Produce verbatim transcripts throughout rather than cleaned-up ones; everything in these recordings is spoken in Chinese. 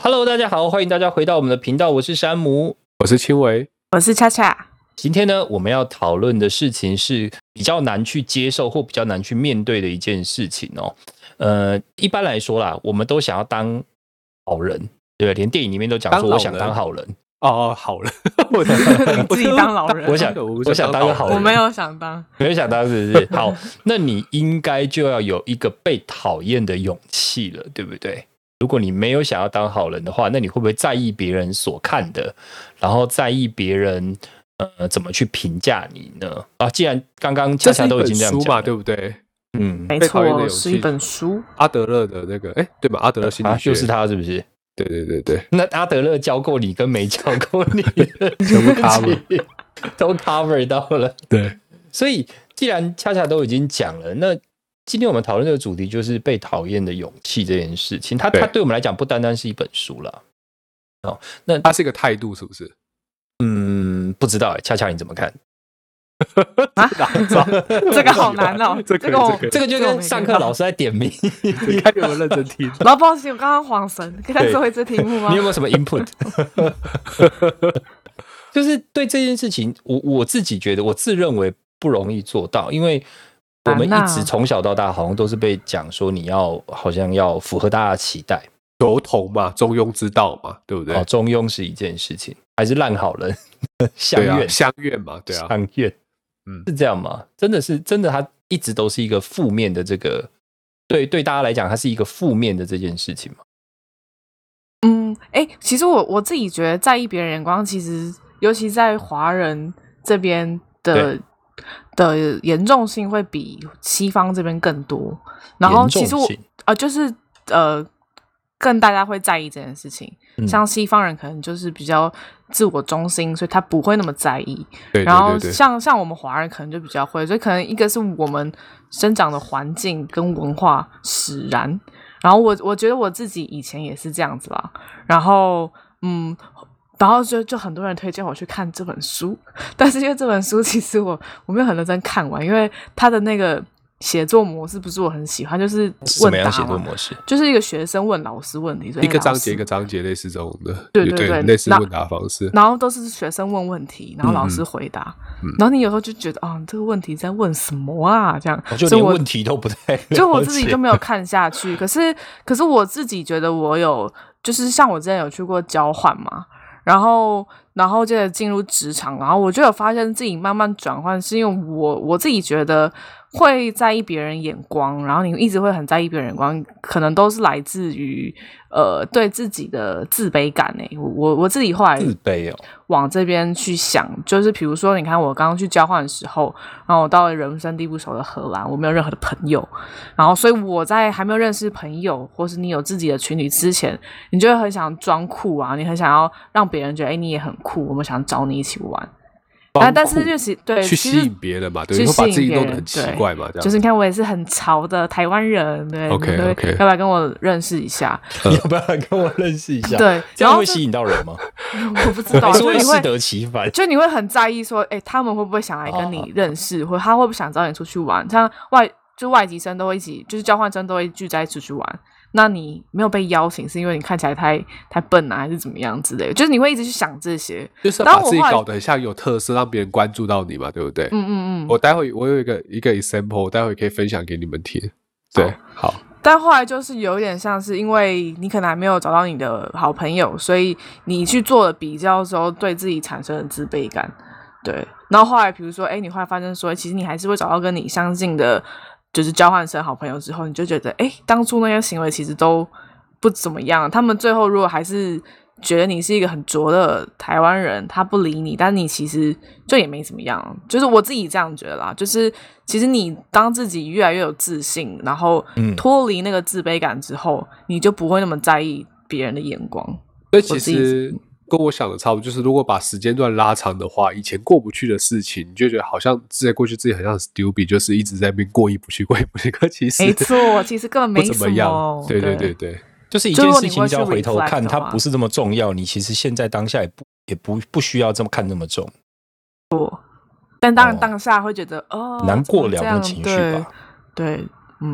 Hello， 大家好，欢迎大家回到我们的频道，我是山姆， 我是青维， 我是恰恰。 今天呢，我们要讨论的事情是比较难去接受或比较难去面对的一件事情哦。呃，一般来说啦，我们都想要当好人，对不对？连电影里面都讲说我想当好人。 哦，好人， 我你自己当老人， 我想我想当个好人， 我没有想当， 没有想当，是不是？好，那你应该就要有一个被讨厌的勇气了，对不对？如果你没有想要当好人的话，那你会不会在意别人所看的，然后在意别人呃怎么去评价你呢？啊，既然刚刚恰恰都已经这样讲了， 对不对？ 嗯， 没错，是一本书， 阿德勒的那个，哎，对吧？阿德勒心理学、 啊、就是他，是不是？ 对对对对。 那阿德勒教过你跟没教过你的全部 cover 都 cover 到了。 对， 所以既然恰恰都已经讲了，那今天我们讨论这个主题就是被讨厌的勇气这件事情。它它对我们来讲不单单是一本书啦。哦，那它是一个态度，是不是？ 嗯，不知道哎，恰恰你怎么看？ 啊，这个好难哦， 这个这个这个就跟上课老师在点名， 你看有没有认真听？ 老不好意思，我刚刚晃神，可以再说一次题目吗？ 你有没有什么 input？ 就是对这件事情，我我自己觉得，我自认为不容易做到，因为我们一直从小到大好像都是被讲说你要好像要符合大家的期待， 求同嘛，中庸之道嘛，对不对？ 哦，中庸是一件事情，还是烂好人相怨、 啊、相怨嘛，对啊， 相怨。嗯，是这样吗？真的是真的，它一直都是一个负面的这个，对对大家来讲，它是一个负面的这件事情吗？ 嗯，哎、欸，其实我我自己觉得在意别人眼光，其实尤其在华人这边的的严重性会比西方这边更多。然后其实我呃就是呃更大家会在意这件事情。嗯、像西方人可能就是比较自我中心，所以他不会那么在意。 对对对对， 然后像像我们华人可能就比较会，所以可能一个是我们生长的环境跟文化使然。然后我我觉得我自己以前也是这样子啦。然后嗯，然后就就很多人推荐我去看这本书，但是因为这本书其实我我没有很认真看完，因为它的那个写作模式不是我很喜欢，就是问答嘛， 写作模式就是一个学生问老师问题，所以一个章节一个章节类似这种的， 对对 对, 对，类似问答方式， 然后都是学生问问题，然后老师回答，嗯嗯、然后你有时候就觉得啊、哦，这个问题在问什么啊？这样， 就连问题都不太了解， 就我自己就没有看下去。可是，可是我自己觉得我有，就是像我之前有去过交换嘛，然后。然后接着进入职场，然后我就有发现自己慢慢转换，是因为我我自己觉得会在意别人眼光，然后你一直会很在意别人眼光，可能都是来自于呃对自己的自卑感诶。我我自己后来自卑哦， 往这边去想，就是比如说，你看我刚刚去交换的时候，然后我到了人生地不熟的荷兰，我没有任何的朋友，然后所以我在还没有认识朋友，或是你有自己的群体之前，你就会很想装酷啊，你很想要让别人觉得，哎，你也很酷，我们想找你一起玩。但但是就是对去吸引别人嘛，对，会把自己弄得很奇怪嘛，这样。 就是你看我也是很潮的台湾人，对 ，OK OK， 要不要跟我认识一下？ 要不要跟我认识一下？ 对， 这样会吸引到人吗？ 我不知道， 还是会适得其反。 就你会很在意说，哎、欸，他们会不会想来跟你认识，哦、或者他会不会想找你出去玩？像外就外籍生都会一起，就是交换生都会聚在一起出去玩。那你没有被邀请，是因为你看起来太太笨啊，还是怎么样之类的？就是你会一直去想这些， 就是把自己搞得很像有特色，让别人关注到你嘛，对不对？ 嗯嗯嗯。 我待会我有一个一个 example， 我待会可以分享给你们听。对，好。 但后来就是有一点像是，因为你可能还没有找到你的好朋友，所以你去做了比较的时候，对自己产生了自卑感。对，然后后来比如说，哎，你后来发现说，其实你还是会找到跟你相近的。就是交换生好朋友之后，你就觉得，哎，当初那些行为其实都不怎么样。他们最后如果还是觉得你是一个很拙的台湾人，他不理你，但你其实就也没怎么样。就是我自己这样觉得啦。就是其实你当自己越来越有自信，然后脱离那个自卑感之后，嗯、你就不会那么在意别人的眼光。 所以其实。跟我想的差不多，就是如果把时间段拉长的话，以前过不去的事情，你就觉得好像之前过去自己很像 stupid， 就是一直在那边过意不去，过意不去。可其实没错，其实根本没什么样。对对对对， 就是一件事情，只要回头看，它不是这么重要。你其实现在当下也不也不不需要这么看那么重。 但当然当下会觉得哦， 难过了那情绪吧。 对，嗯。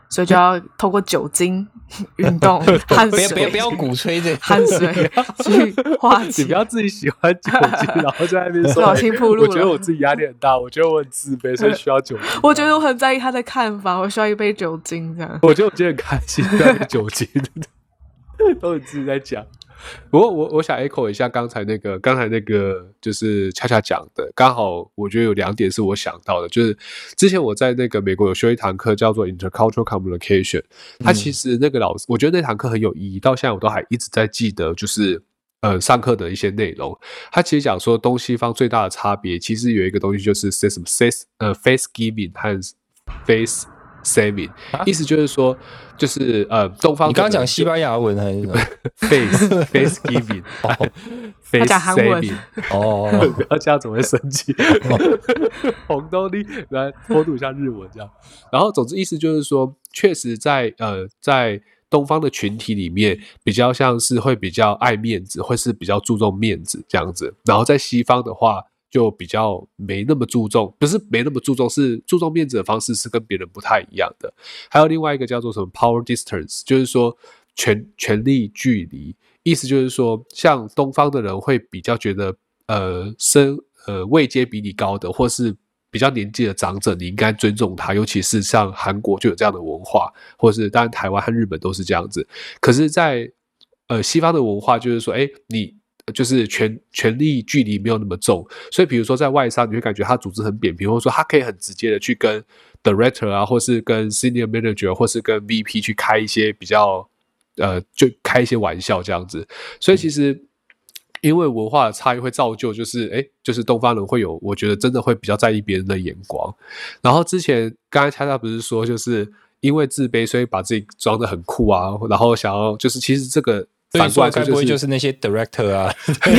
所以就要透过酒精运动、汗水， 不要不要鼓吹这汗水去化解。 你不要自己喜欢酒精，然后在那边说， 小心暴露了我觉得我自己压力很大，我觉得我很自卑，所以需要酒精。 我觉得我很在意他的看法，我需要一杯酒精这样。 我觉得我今天很开心，需要一杯酒精，都你自己在讲。不过我我想 echo 一下刚才那个刚才那个就是恰恰讲的，刚好我觉得有两点是我想到的，就是之前我在那个美国有修一堂课叫做 Intercultural Communication， 它其实那个老师，我觉得那堂课很有意义，到现在我都还一直在记得，就是呃上课的一些内容。他其实讲说东西方最大的差别，其实有一个东西就是 face 呃 face giving 和 face saving， 意思就是说，就是呃，东方你刚刚讲西班牙文还是什么 ？face face giving， 他讲韩文哦，不要这样，怎么会生气？红豆泥来偷渡一下日文这样。然后总之意思就是说，确实在呃在东方的群体里面，比较像是会比较爱面子，会是比较注重面子这样子。然后在西方的话，就比较没那么注重，不是没那么注重，是注重面子的方式是跟别人不太一样的。还有另外一个叫做什么 power distance， 就是说权权力距离，意思就是说，像东方的人会比较觉得，呃，身呃位阶比你高的，或是比较年纪的长者，你应该尊重他，尤其是像韩国就有这样的文化，或是当然台湾和日本都是这样子。可是在，呃西方的文化就是说，哎，你。就是权权力距离没有那么重，所以比如说在外商，你会感觉他组织很扁平，或者说他可以很直接的去跟 director 啊，或是跟 senior manager， 或是跟 V P 去开一些比较呃，就开一些玩笑这样子。所以其实因为文化的差异会造就，就是哎，就是东方人会有，我觉得真的会比较在意别人的眼光。然后之前刚才恰恰不是说，就是因为自卑，所以把自己装得很酷啊，然后想要就是其实这个。 反过来该不会就是那些 director 啊，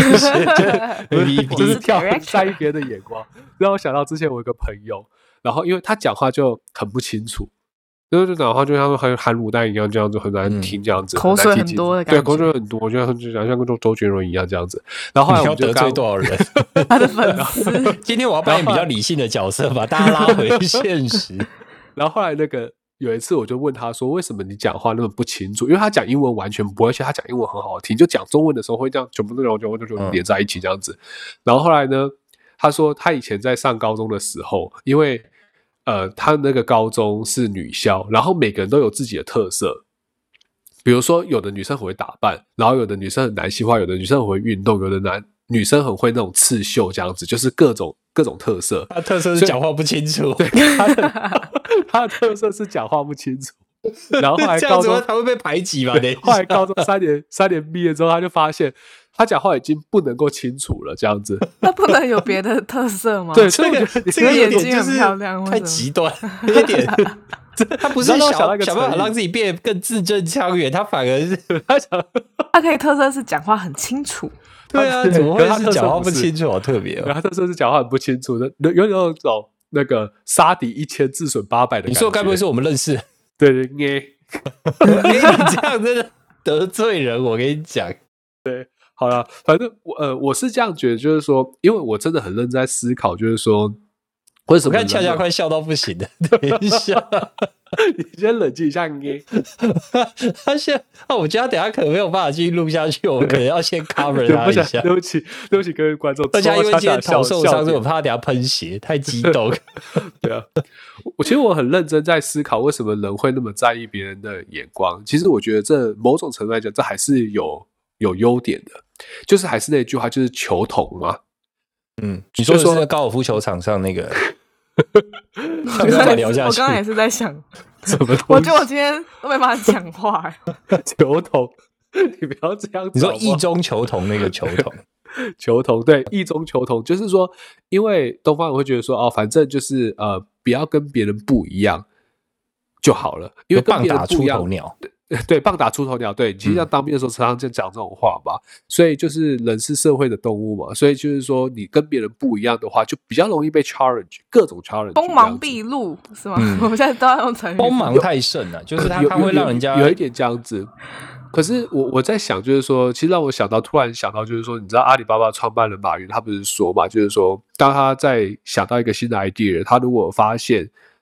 就是跳在意别人的眼光。让我想到之前我有个朋友，然后因为他讲话就很不清楚，就是讲话就像很含卤蛋一样，这样子很难听，这样子、 嗯、口水很多的感觉， 对，口水很多，就像就像跟周杰伦一样这样子。然后后来我们就你要得罪多少人？ 他的粉丝。 今天我要扮演比较理性的角色，把大家拉回现实。 然后后来那个。有一次我就问他说，为什么你讲话那么不清楚？因为他讲英文完全不会，而且他讲英文很好听，就讲中文的时候会这样全部内容就就就连在一起这样子。然后后来呢，他说他以前在上高中的时候，因为呃他那个高中是女校，然后每个人都有自己的特色。比如说有的女生很会打扮，然后有的女生很男性化，有的女生很会运动，有的男女生很会那种刺绣这样子，就是各种各种特色。 他特色是讲话不清楚， 对，他的他的特色是讲话不清楚。然后后来高中他会被排挤吧？ 后来高中三年三年毕业之后，他就发现他讲话已经不能够清楚了，这样子。 那不能有别的特色吗？ 对， 这个这个眼睛很漂亮， 太极端，有点。他不是想想办法让自己变得更字正腔圆，他反而是他想， 他可以特色是讲话很清楚。 对啊，怎么会是讲话不清楚？好特别哦！ 他特色是讲话很不清楚的，有有那种那个杀敌一千自损八百的感觉。 你说该不会是我们认识？ 对对对， 你这样真的得罪人，我跟你讲。 对，好了，反正我呃我是这样觉得，就是说，因为我真的很认真在思考，就是说。为什么？ 我看恰恰快笑到不行了。等一下， 你先冷静一下。你他现在，哦，我觉得他等一下可能没有办法继续录下去，我们可能要先 cover 他一下。 对不起，对不起各位观众。 大家因为今天头受伤，所以我怕他等一下喷血，太激动。 对啊，我其实我很认真在思考，为什么人会那么在意别人的眼光。其实我觉得这某种程度来讲，这还是有有优点的，就是还是那句话，就是求同嘛。 嗯，你说的是高尔夫球场上那个。 我刚聊下去，我刚刚也是在想， 什么？ 我觉得我今天都没办法讲话。 球童，你不要这样子。 你说异中求同那个球童， 球童对，异中求同，就是说，因为东方人会觉得说，哦，反正就是呃，不要跟别人不一样就好了，因为跟别人不一样。 棒打出头鸟。 对，棒打出头鸟。对，其实像当兵的时候，常常就讲这种话嘛。所以就是人是社会的动物嘛，所以就是说，你跟别人不一样的话，就比较容易被 challenge， 各种 challenge。 锋芒毕露是吗？嗯、我们现在都要用成语。 锋芒太盛了，就是他他会让人家有, 有, 有一点这样子。可是我我在想，就是说，其实让我想到，突然想到，就是说，你知道阿里巴巴创办人马云，他不是说嘛，就是说，当他在想到一个新的 idea， 他如果发现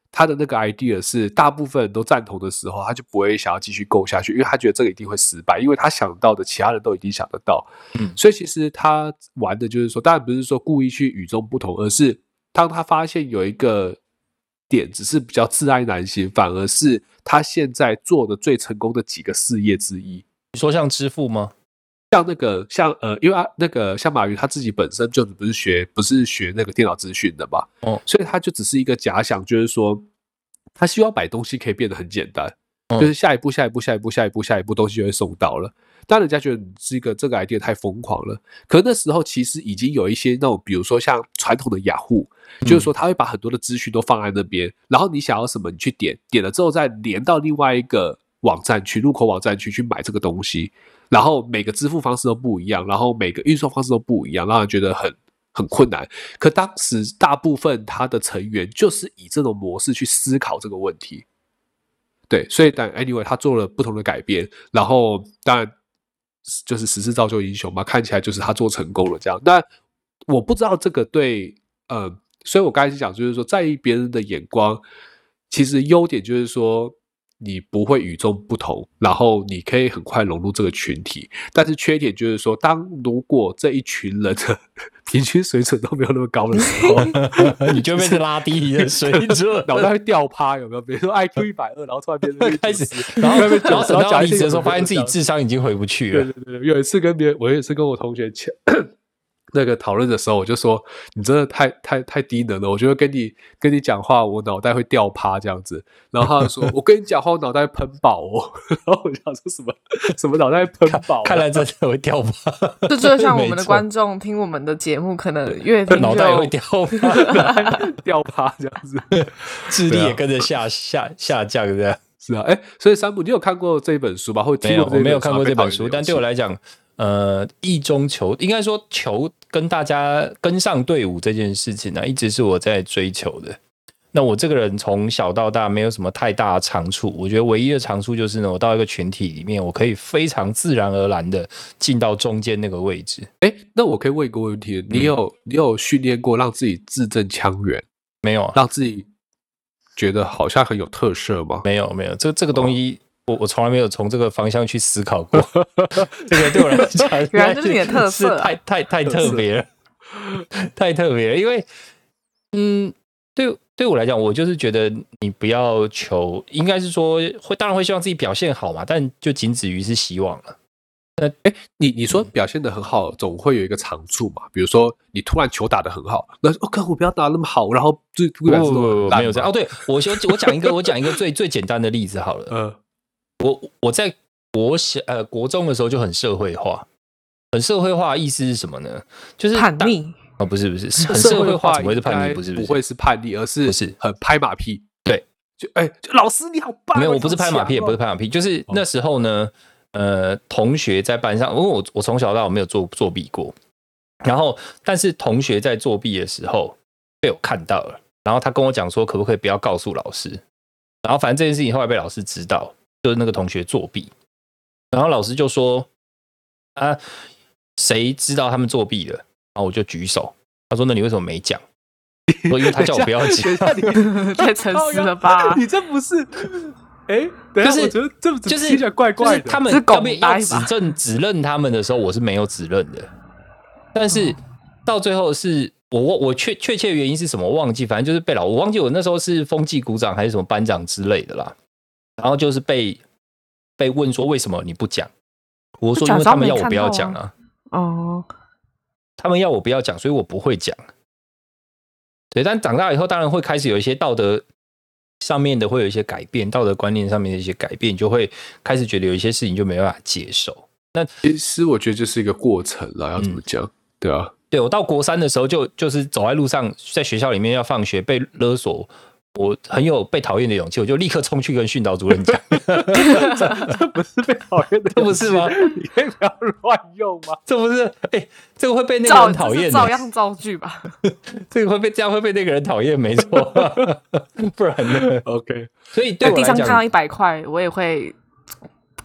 他的那个 idea 是大部分人都赞同的时候，他就不会想要继续go下去，因为他觉得这个一定会失败，因为他想到的其他人都一定想得到。嗯，所以其实他玩的就是说，当然不是说故意去与众不同，而是当他发现有一个点只是比较自爱难行，反而是他现在做的最成功的几个事业之一。 你说像支付吗？ 像那个像呃，因为啊那个像马云他自己本身就不是学不是学那个电脑资讯的嘛，哦，所以他就只是一个假想，就是说他希望买东西可以变得很简单，哦，就是下一步下一步下一步下一步下一步东西就会送到了。但人家觉得你是一个这个 idea 太疯狂了，可是那时候其实已经有一些那种，比如说像传统的雅虎，嗯，就是说他会把很多的资讯都放在那边，然后你想要什么你去点，点了之后再连到另外一个网站去，入口网站去去买这个东西。然后每个支付方式都不一样，然后每个运送方式都不一样，让人觉得很很困难。可当时大部分他的成员就是以这种模式去思考这个问题，对，所以但 anyway 他做了不同的改变，然后当然就是时势造就英雄嘛，看起来就是他做成功了这样。那我不知道这个对，呃，所以我刚才讲就是说，在意别人的眼光，其实优点就是说，你不会与众不同，然后你可以很快融入这个群体。但是缺点就是说，当如果这一群人的平均水准都没有那么高的时候， 你就会被拉低你的水准， 脑袋会掉趴，有没有？比如说 I Q 一百二，然后突然变成开始，然后然后等到离职的时候，发现自己智商已经回不去了。 对对对，有一次跟别人，我有一次跟我同学讲。那个讨论的时候，我就说你真的太太太低能了，我觉得跟你跟你讲话，我脑袋会掉趴这样子。然后他就说，我跟你讲话，我脑袋会喷爆哦。然后我想说什么什么脑袋喷爆、啊看，看来真的会掉趴。 这就像我们的观众听我们的节目，可能越听脑袋会掉趴， 掉趴这样子， 智力也跟着下下下降这样。 是啊，哎，所以山姆，你有看过这本书吧？或者听过这本书？ 没有，我没有看过这本书，但对我来讲。呃，意中求，应该说求跟大家跟上队伍这件事情呢、啊，一直是我在追求的。那我这个人从小到大没有什么太大的长处，我觉得唯一的长处就是呢，我到一个群体里面，我可以非常自然而然的进到中间那个位置。 哎，那我可以问一个问题，你有、嗯、你有训练过让自己字正腔圆？ 没有啊， 让自己觉得好像很有特色吗？ 没有，没有，这这个东西。哦我, 我从来没有从这个方向去思考过，这个对我来讲， 原来这是你的特色、 啊，太太太特别了，太特别了。因为，嗯，对对我来讲，我就是觉得你不要求，应该是说会，当然会希望自己表现好嘛，但就仅止于是希望了。 那哎，你你说表现得很好，总会有一个长处嘛？比如说你突然球打得很好，那我看我不要打那么好，然后就不不不没有这样哦。对我我讲一个我讲一个最最简单的例子好了，嗯。我我在国小呃国中的时候就很社会化，很社会化的意思是什么呢？就是叛逆哦，不是不是，很社会化怎么会是叛逆？不是不会是叛逆，而是很拍马屁。 对， 就哎，老师你好棒！ 没有，我不是拍马屁，也不是拍马屁，就是那时候呢，呃，同学在班上，因为我我从小到大没有作作弊过，然后但是同学在作弊的时候被我看到了，然后他跟我讲说，可不可以不要告诉老师？然后反正这件事情后来被老师知道。就是那个同学作弊，然后老师就说：“啊，谁知道他们作弊了？”然后我就举手，他说：“那你为什么没讲？”因为他叫我不要讲， 太诚实了吧？ 你这不是？哎，就是我觉得这就是听起来怪怪的。 就是他们要要指证指认他们的时候，我是没有指认的。但是到最后是我我确确切原因是什么？我忘记，反正就是被老我忘记我那时候是风纪股长还是什么班长之类的啦。然后就是被被问说为什么你不讲？我说因为他们要我不要讲啊。 哦， 他们要我不要讲，所以我不会讲。对，但长大以后当然会开始有一些道德上面的会有一些改变，道德观念上面的一些改变，就会开始觉得有一些事情就没办法接受。那其实我觉得这是一个过程啦，要怎么讲？嗯、对啊， 对我到国三的时候就就是走在路上，在学校里面要放学被勒索。我很有被讨厌的勇气，我就立刻冲去跟训导主任讲。 这不是被讨厌的勇气， 这不是吗？ 你可以不要乱用吗？ 这不是，哎、欸，这个会被那个人讨厌， 照样造句吧。 这个会被这样会被那个人讨厌，没错。不然呢 ？OK。 所以对我来讲， 在地上看到一百块，我也会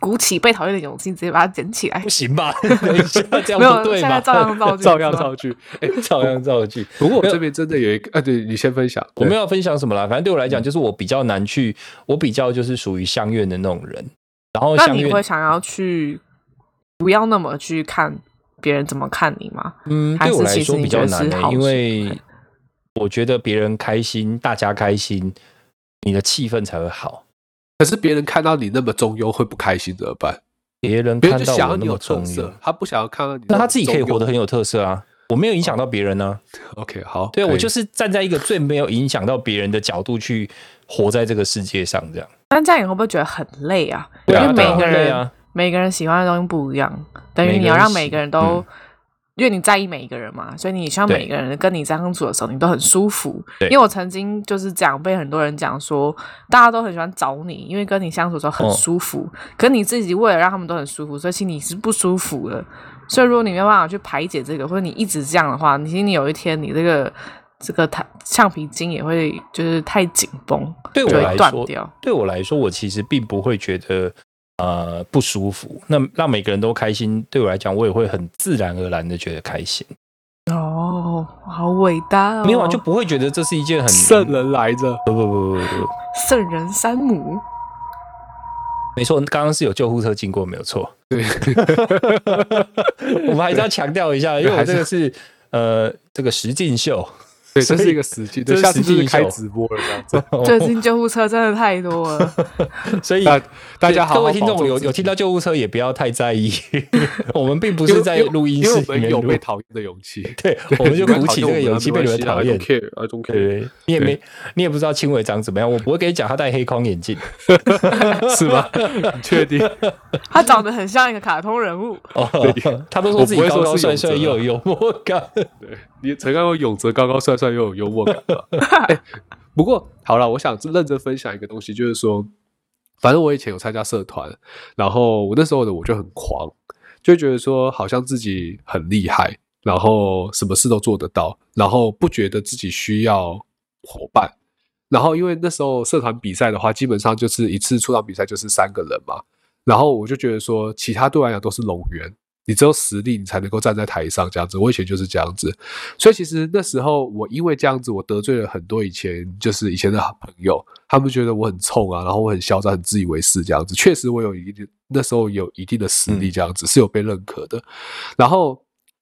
鼓起被讨厌的勇气，直接把它捡起来。 不行吧？等一下这样没有， 不对吧？ 现在照样造句， 照样造句，哎、 照样造句。 不过我这边真的有一个，啊，对你先分享。 我没有分享什么啦，反正对我来讲，就是我比较难去，我比较就是属于相怨的那种人。然后那相怨， 你会想要去不要那么去看别人怎么看你吗？ 嗯，对我来说比较难、欸、因为我觉得别人开心，大家开心，你的气氛才会好。 可是别人看到你那么中庸，会不开心怎么办？ 别人看到我那么中庸， 他不想要看到你， 那他自己可以活得很有特色啊。我没有影响到别人呢、 啊。OK， 好， 对我就是站在一个最没有影响到别人的角度去活在这个世界上，这样。 但这样你会不会觉得很累啊？ 对啊， 因为每个人、 啊、 每个人喜欢的东西不一样，等于你要让每个人都，嗯、因为你在意每一个人嘛，所以你希望每个人跟你相处的时候，你都很舒服。因为我曾经就是这样被很多人讲说，大家都很喜欢找你，因为跟你相处的时候很舒服。哦、可是你自己为了让他们都很舒服，所以其实你是不舒服的。所以如果你没有办法去排解这个，或者你一直这样的话，你其实你有一天你这个这个橡皮筋也会就是太紧绷， 对我来说， 掉。 对我来说，我其实并不会觉得呃不舒服。那让每个人都开心，对我来讲，我也会很自然而然的觉得开心。 哦，好伟大哦！ 没有啊，就不会觉得这是一件很圣人来着。 不不不不不， 圣人山姆。 没错，刚刚是有救护车经过，没有错。 对， 我们还是要强调一下，因为我这个是呃这个实境秀。 对，这是一个实际，对，下次就是开直播了这样子。 最近救护车真的太多了， 所以大家好好各位听众有有听到救护车也不要太在意，我们并不是在录音室里面录， 因为我们有被讨厌的勇气， 对，我们就鼓起这个勇气被你们讨厌。 I don't care, I don't care。 对，你也没你也不知道青伟长怎么样，我不会跟你讲他戴黑框眼镜， 是吗？你确定？ 他长得很像一个卡通人物。 哦，他都说自己高高帅帅又有幽默感。 对，你曾看过永泽高高帅帅又有幽默感吧？欸、不过好了，我想认真分享一个东西，就是说，反正我以前有参加社团，然后我那时候的我就很狂，就觉得说好像自己很厉害，然后什么事都做得到，然后不觉得自己需要伙伴。然后因为那时候社团比赛的话，基本上就是一次出场比赛就是三个人嘛，然后我就觉得说，其他对我来讲都是龙源。你只有实力你才能够站在台上这样子，我以前就是这样子。所以其实那时候我因为这样子，我得罪了很多以前就是以前的朋友，他们觉得我很冲啊，然后我很嚣张很自以为是这样子。确实我有一定那时候有一定的实力这样子，嗯、是有被认可的。然后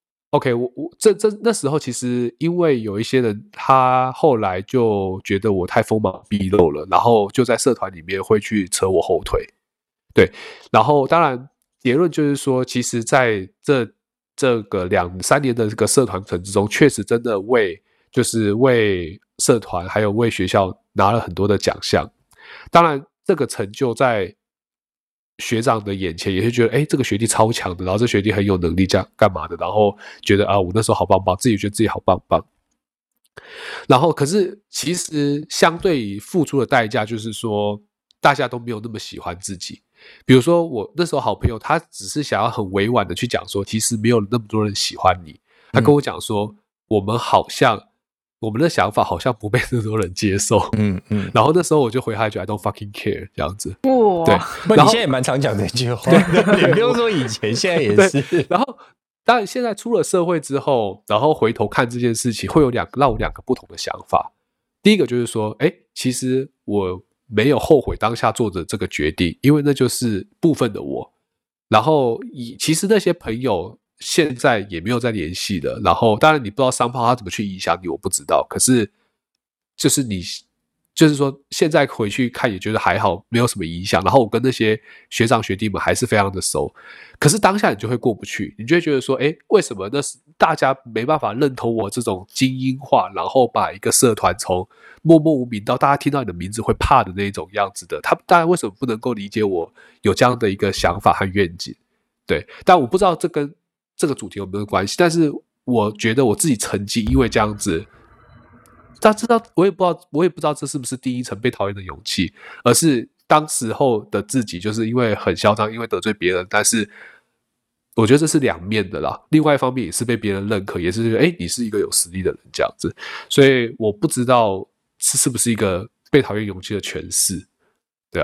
OK 我我这这那时候其实因为有一些人他后来就觉得我太锋芒毕露了，然后就在社团里面会去扯我后腿。对，然后当然结论就是说，其实在这这个两三年的这个社团程之中，确实真的为就是为社团还有为学校拿了很多的奖项。当然，这个成就在学长的眼前也是觉得，哎，这个学弟超强的，然后这学弟很有能力，这样干嘛的？然后觉得啊，我那时候好棒棒，自己觉得自己好棒棒。然后，可是其实相对于付出的代价，就是说大家都没有那么喜欢自己。比如说我那时候好朋友，他只是想要很委婉的去讲说，其实没有那么多人喜欢你。他跟我讲说，嗯、我们好像我们的想法好像不被那么多人接受。嗯嗯。然后那时候我就回他一句 I don't fucking care 这样子。 哇， 对。 然后你现在也蛮常讲这句话，你不用说以前，现在也是。 然后当然现在出了社会之后，然后回头看这件事情，会有两个让我两个不同的想法。第一个就是说，哎，其实我没有后悔当下做的这个决定，因为那就是部分的我。然后其实那些朋友现在也没有再联系了，然后当然你不知道商炮他怎么去影响你，我不知道。可是就是你就是说现在回去看也觉得还好，没有什么影响。然后我跟那些学长学弟们还是非常的熟，可是当下你就会过不去，你就会觉得说，哎，为什么那是大家没办法认同我这种精英化，然后把一个社团从默默无名到大家听到你的名字会怕的那种样子的，他当然为什么不能够理解我有这样的一个想法和愿景？对，但我不知道这跟这个主题有没有关系，但是我觉得我自己曾经因为这样子，大家知道，我也不知道，我也不知道这是不是第一层被讨厌的勇气，而是当时候的自己就是因为很嚣张，因为得罪别人，但是我觉得这是两面的啦。另外一方面也是被别人认可，也是觉得哎，你是一个有实力的人这样子，所以我不知道是是不是一个被讨厌勇气的诠释，对啊。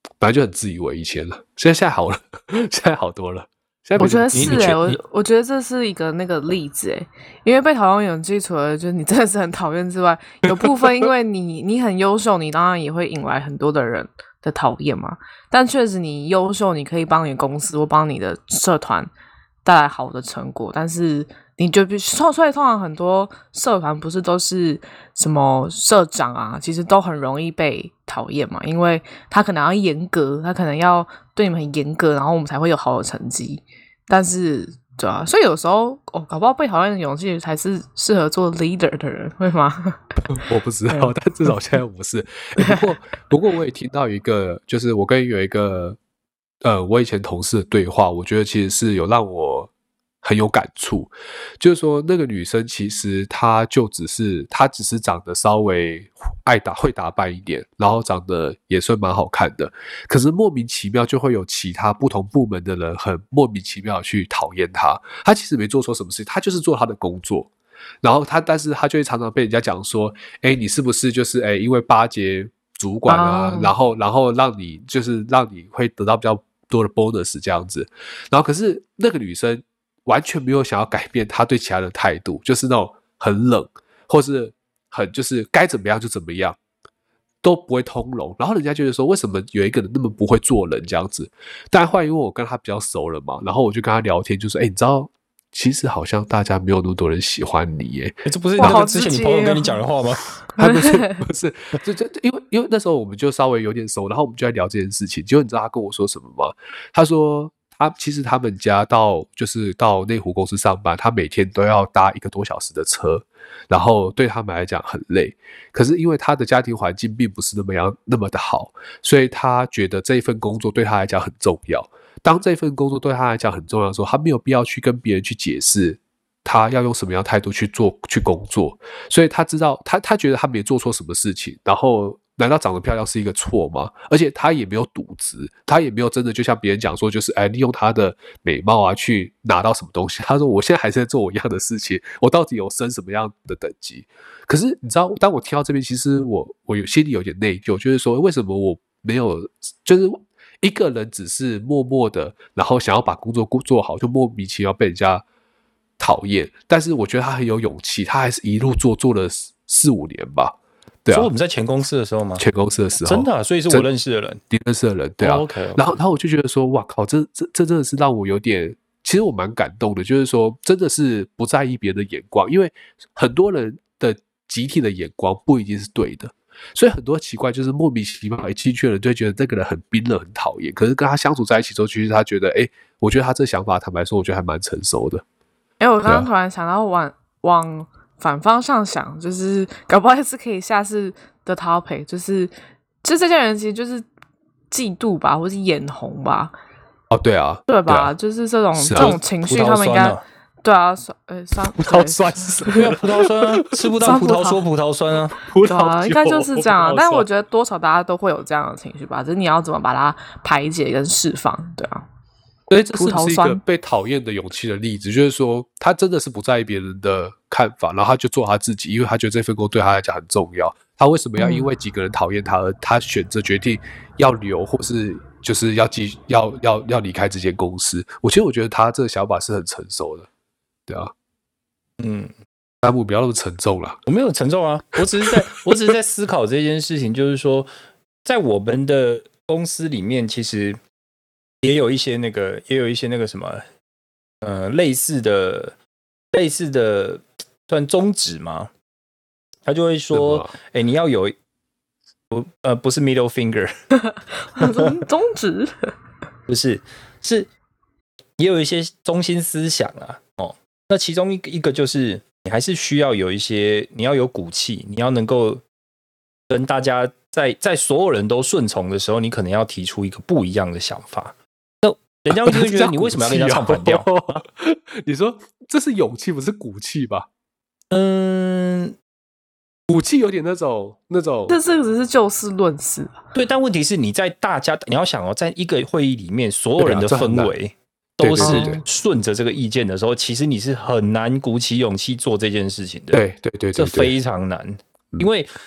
本来就很自以为以前了，现在现在好了，现在好多了。现在我觉得是哎、欸，我你我觉得这是一个那个例子哎、欸，因为被讨厌勇气，除了就是你真的是很讨厌之外，有部分因为你你很优秀，你当然也会引来很多的人的讨厌嘛。但确实你优秀，你可以帮你公司或帮你的社团带来好的成果，但是你就必须，所以通常很多社团不是都是什么社长啊，其实都很容易被讨厌嘛，因为他可能要严格，他可能要对你们很严格，然后我们才会有好的成绩。但是，对啊，所以有时候哦，搞不好被讨厌的勇气才是适合做 leader 的人，会吗？ 我不知道，但至少现在我不是。欸、不过，不过我也听到一个，就是我跟有一个呃，我以前同事的对话，我觉得其实是有让我很有感触。就是说，那个女生其实她就只是她只是长得稍微爱打会打扮一点，然后长得也算蛮好看的，可是莫名其妙就会有其他不同部门的人很莫名其妙去讨厌她。她其实没做错什么事，她就是做她的工作。然后他，但是他就会常常被人家讲说，哎，你是不是就是哎，因为巴结主管啊， oh. 然后然后让你就是让你会得到比较多的 bonus 这样子。然后可是那个女生完全没有想要改变她对其他人的态度，就是那种很冷，或是很就是该怎么样就怎么样，都不会通融。然后人家觉得说，为什么有一个人那么不会做人这样子？但后来因为我跟他比较熟了嘛，然后我就跟他聊天，就说，哎，你知道？其实好像大家没有那么多人喜欢你耶， 欸、这不是那个之前你朋友跟你讲的话吗？ 啊、不是不是，就就因为因为那时候我们就稍微有点熟，然后我们就在聊这件事情。结果你知道他跟我说什么吗？他说他其实他们家到就是到内湖公司上班，他每天都要搭一个多小时的车，然后对他们来讲很累。可是因为他的家庭环境并不是那么样那么的好，所以他觉得这一份工作对他来讲很重要。当这份工作对他来讲很重要的时候，他没有必要去跟别人去解释他要用什么样的态度去做去工作，所以他知道他他觉得他没做错什么事情，然后难道长得漂亮是一个错吗？而且他也没有渎职，他也没有真的就像别人讲说，就是哎利用他的美貌啊去拿到什么东西。他说我现在还是在做我一样的事情，我到底有升什么样的等级？可是你知道，当我听到这边，其实我我有心里有点内疚，就是说为什么我没有就是。一个人只是默默的，然后想要把工作做好，就莫名其妙被人家讨厌。但是我觉得他很有勇气，他还是一路做做了四五年吧。对啊， 所以我们在前公司的时候吗？ 前公司的时候， 真的、啊，所以是我认识的人， 你认识的人，对啊。 oh, okay, okay. 然后，然后我就觉得说，哇靠，这这这真的是让我有点，其实我蛮感动的，就是说，真的是不在意别人的眼光，因为很多人的集体的眼光不一定是对的。所以很多奇怪，就是莫名其妙一进去的人就会觉得这个人很冰冷、很讨厌。可是跟他相处在一起之后，其实他觉得，哎，我觉得他这想法，坦白说，我觉得还蛮成熟的。 哎，我刚刚突然想到往往反方向想，就是搞不好是可以下次的 topic， 就是就这些人其实就是嫉妒吧，或是眼红吧。 哦，对啊， 对吧？ 对啊就是这种、 啊、 这种情绪，他们应该。对啊，酸呃酸葡萄酸是什么？ 对啊，葡萄酸啊，吃不到葡萄说葡萄酸啊， 葡萄啊，应该就是这样。但我觉得多少大家都会有这样的情绪吧，只是你要怎么把它排解跟释放，对啊。 所以这是不是一个被讨厌的勇气的例子？就是说，他真的是不在意别人的看法，然后他就做他自己，因为他觉得这份工作对他来讲很重要。他为什么要因为几个人讨厌他，而他选择决定要留，或是就是要继要要要离开这间公司？我其实我觉得他这个想法是很成熟的。对啊， 嗯， 弹幕不要那么沉重了。 我没有沉重啊，我只是在，我只是在思考这件事情，就是说，在我们的公司里面，其实也有一些那个，也有一些那个什么，呃，类似的、类似的算宗旨嘛，他就会说，哎、欸，你要有，不，呃，不是 middle finger， 宗旨不是，是也有一些中心思想啊，哦。那其中一个一个就是你还是需要有一些，你要有骨气，你要能够跟大家在在所有人都顺从的时候，你可能要提出一个不一样的想法。那人家就会觉得你为什么要跟人家唱反调？ 你说这是勇气，不是骨气吧？ 嗯， 骨气有点那种那种， 这这个只是就事论事。 对，但问题是你在大家，你要想哦，在一个会议里面，所有人的氛围。都是顺着这个意见的时候，其实你是很难鼓起勇气做这件事情的。 对对 对, 對, 對， 这非常难，因为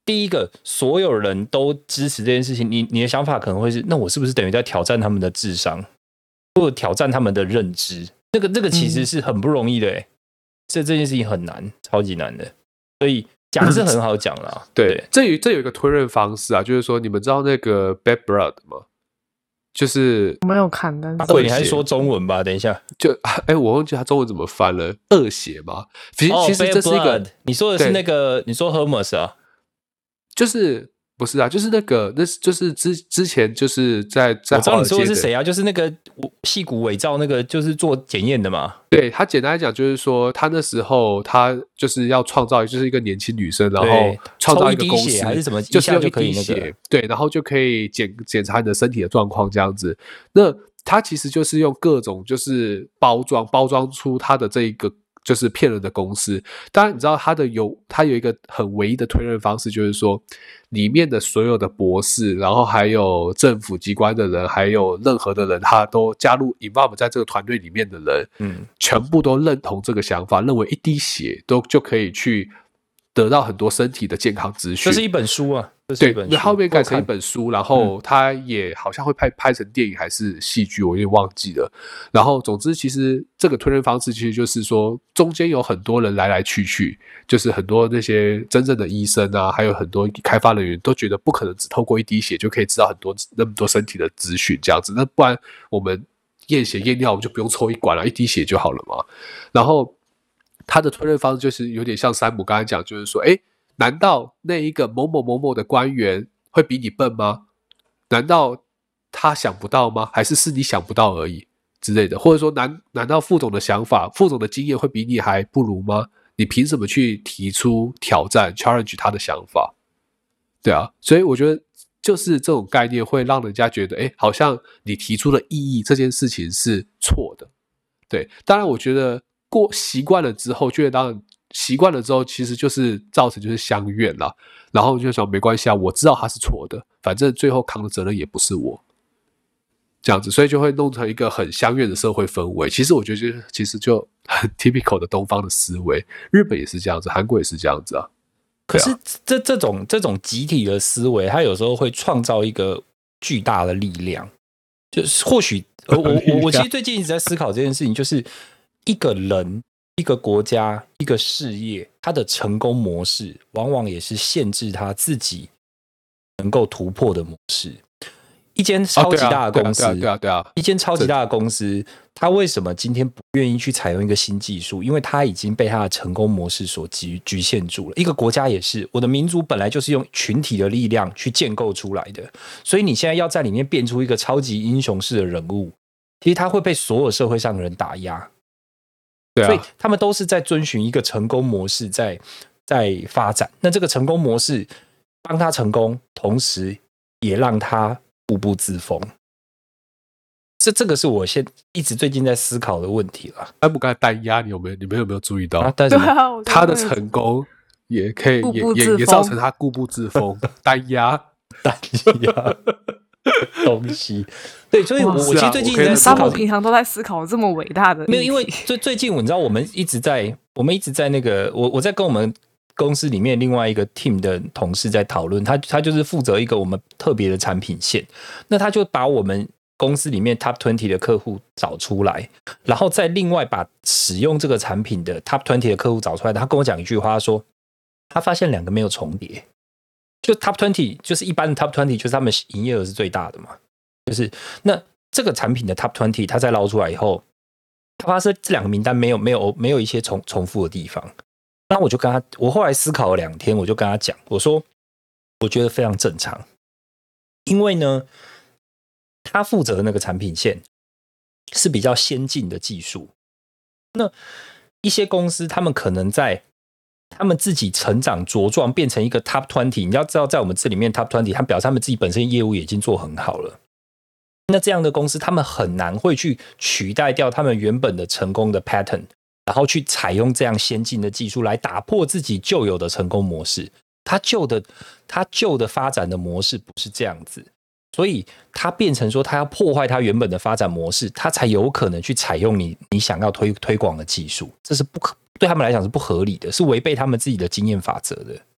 第一个，所有人都支持这件事情，你你的想法可能会是，那我是不是等于在挑战他们的智商，或者挑战他们的认知？那个这个其实是很不容易的、欸，这、嗯、这件事情很难，超级难的。所以讲是很好讲啦。 对，对这有这有一个推论方式啊，就是说你们知道那个 Bad Blood 吗？就是我没有看，但是对，你还是说中文吧？等一下， 就哎，我忘记他中文怎么翻了，恶血吗？其实、哦、其实这是一个， 你说的是那个，你说 Hermes 啊， 就是不是啊？就是那个，那就是之之前就是在在我知道你说的是谁啊？就是那个矽谷伪造那个，就是做检验的嘛。 对，他简单来讲就是说，他那时候他就是要创造，就是一个年轻女生，然后创造一个公司还是什么， 就是用一滴血，那个、对，然后就可以检检查你的身体的状况这样子。那他其实就是用各种就是包装包装出他的这一个就是骗人的公司。当然你知道他的有他有一个很唯一的推论方式，就是说里面的所有的博士，然后还有政府机关的人，还有任何的人，他都加入 involve 在这个团队里面的人，嗯，全部都认同这个想法，认为一滴血都就可以去得到很多身体的健康资讯。 这是一本书啊， 对，那后面改成一本书，然后他也好像会拍拍成电影还是戏剧，我有点忘记了。然后总之，其实这个推论方式其实就是说，中间有很多人来来去去，就是很多那些真正的医生啊，还有很多开发人员都觉得不可能只透过一滴血就可以知道很多那么多身体的资讯这样子，那不然我们验血验尿我们就不用抽一管了，一滴血就好了嘛。然后他的推论方式就是有点像山姆刚才讲，就是说，哎。难道那一个某某某某的官员会比你笨吗？难道他想不到吗？还是是你想不到而已之类的？或者说难难道副总的想法、副总的经验会比你还不如吗？你凭什么去提出挑战 challenge 他的想法？对啊，所以我觉得就是这种概念会让人家觉得，哎，好像你提出的异议这件事情是错的。对，当然我觉得过习惯了之后，觉得当然。习惯了之后，其实就是造成就是相怨啦，然后就想没关系啊，我知道他是错的，反正最后扛的责任也不是我，这样子，所以就会弄成一个很相怨的社会氛围。其实我觉得就其实就很 typical 的东方的思维，日本也是这样子，韩国也是这样子啊。 可是这这种这种集体的思维，它有时候会创造一个巨大的力量，就是或许我我我其实最近一直在思考这件事情，就是一个人。一个国家、一个事业，它的成功模式，往往也是限制它自己能够突破的模式。一间超级大的公司， 对啊，对啊， 一间超级大的公司，它为什么今天不愿意去采用一个新技术？因为它已经被它的成功模式所局局限住了。一个国家也是，我的民族本来就是用群体的力量去建构出来的，所以你现在要在里面变出一个超级英雄式的人物，其实他会被所有社会上的人打压。 对啊， 所以他们都是在遵循一个成功模式在在发展。那这个成功模式帮他成功，同时也让他步步自封。这这个是我现一直最近在思考的问题了。 安姆刚才单压，你有没有？你们有没有注意到？ 啊、但是他的成功也可以也也也造成他固步自封，单压单压。东西，对，所以我我其实最近在思考， 我平常都在思考这么伟大的， 没有，因为最最近你知道，我们一直在，我们一直在那个，我我在跟我们公司里面另外一个 team 的同事在讨论，他他就是负责一个我们特别的产品线，那他就把我们公司里面 top 二十的客户找出来，然后再另外把使用这个产品的 top 二十的客户找出来，他跟我讲一句话，他说他发现两个没有重叠。就 top 二十就是一般的 top 二十，就是他们营业额是最大的嘛。就是那这个产品的 top 二十，它再捞出来以后，他发现这两个名单没有没有没有一些重重复的地方。那我就跟他，我后来思考了两天，我就跟他讲，我说我觉得非常正常，因为呢，他负责的那个产品线是比较先进的技术。那一些公司，他们可能在他们自己成长茁壮变成一个 top 二十，你要知道在我们这里面 top 二十，他们表示他们自己本身业务也已经做很好了。那这样的公司他们很难会去取代掉他们原本的成功的 pattern， 然后去采用这样先进的技术来打破自己旧有的成功模式。他旧的他旧的发展的模式不是这样子，所以他变成说他要破坏他原本的发展模式，他才有可能去采用你你想要推推广的技术，这是不可对他们来讲是不合理的，是违背他们自己的经验法则的。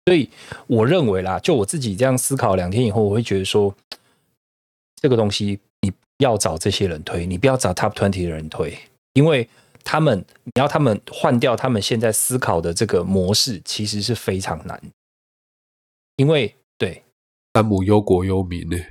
所以我认为啦，就我自己这样思考两天以后，我会觉得说，这个东西你不要找这些人推，你不要找 top 二十的人推，因为他们你要他们换掉他们现在思考的这个模式，其实是非常难。因为对山姆忧国忧民呢。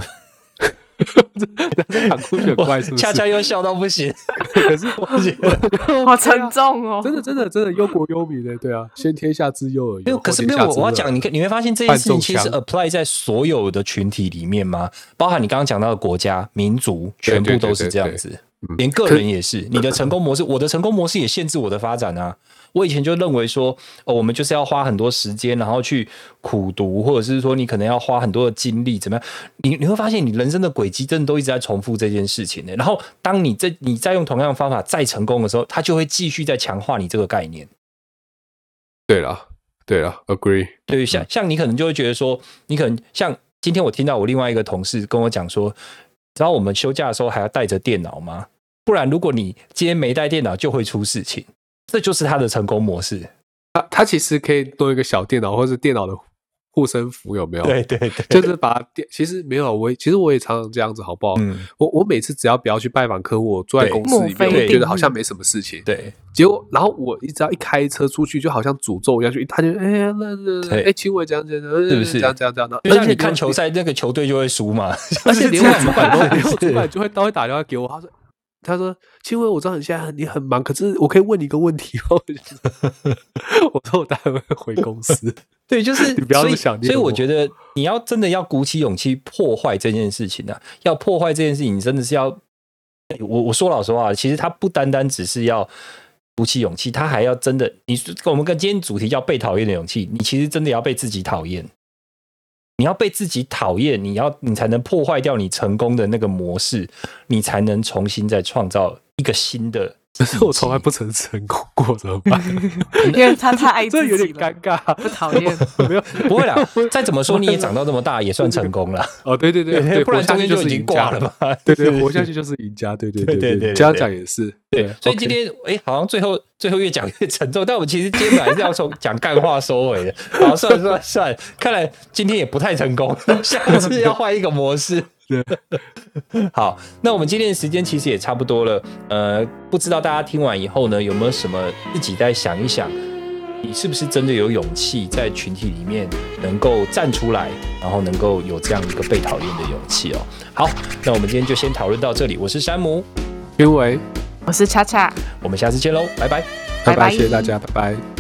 这喊出去很怪，是不是？ 恰恰又笑到不行。 可是我觉得好沉重哦， 真的真的真的忧国忧民的，对啊，先天下之忧而忧。 可是没有，我要讲，你你会发现这件事情其实 apply 在所有的群体里面吗？包含你刚刚讲到的国家、民族，全部都是这样子。连个人也是，你的成功模式，我的成功模式也限制我的发展啊。我以前就认为说，哦，我们就是要花很多时间，然后去苦读，或者是说你可能要花很多的精力，怎么样？你你会发现，你人生的轨迹真的都一直在重复这件事情的。然后，当你这你再用同样的方法再成功的时候，它就会继续在强化你这个概念。 对了，对了 ，agree。 对，像像你可能就会觉得说，你可能像今天我听到我另外一个同事跟我讲说，知道我们休假的时候还要带着电脑吗？不然如果你今天没带电脑，就会出事情。这就是他的成功模式。 他他其实可以多一个小电脑，或是电脑的护身符，有没有？ 对对对， 就是把它电。其实没有，我其实我也常常这样子，好不好？嗯、我我每次只要不要去拜访客户，我坐在公司里面，我觉得好像没什么事情。 对， 结果然后我只要一开车出去，就好像诅咒一样，就他就哎那哎请我讲讲， 是不是这样这样这样？ 就像你看球赛，那个球队就会输嘛， 而且连我主管都，连我主管就会都会打电话给我，他说。他说：“青薇，我知道你现在你很忙，可是我可以问你一个问题哦。”我说：“我当然会回公司。” 对，就是你不要这么想念我。 所以我觉得你要真的要鼓起勇气破坏这件事情啊！要破坏这件事情，你真的是要我我说老实话，其实它不单单只是要鼓起勇气，它还要真的你我们跟今天主题叫被讨厌的勇气，你其实真的要被自己讨厌。你要被自己讨厌，你要你才能破坏掉你成功的那个模式，你才能重新再创造一个新的。 可是我从来不曾成功过，怎么办？ 因为他太爱自己了， 这有点尴尬， 不讨厌。 没有， 不会啦，再怎么说你也长到这么大，也算成功了。 哦，对对对对， 不然中间就已经挂了嘛。 对对，活下去就是赢家。对对对对对，这样讲也是。 对，所以今天哎，好像最后最后越讲越沉重，但我们其实今天本来是要从讲干话收尾的。好，算了算了算了，看来今天也不太成功，下次要换一个模式。好，那我们今天的时间其实也差不多了。呃，不知道大家听完以后呢，有没有什么自己再想一想，你是不是真的有勇气在群体里面能够站出来，然后能够有这样一个被讨厌的勇气哦？好，那我们今天就先讨论到这里。我是山姆， 因为我是恰恰， 我们下次见喽，拜拜， 拜拜，谢谢大家，拜拜。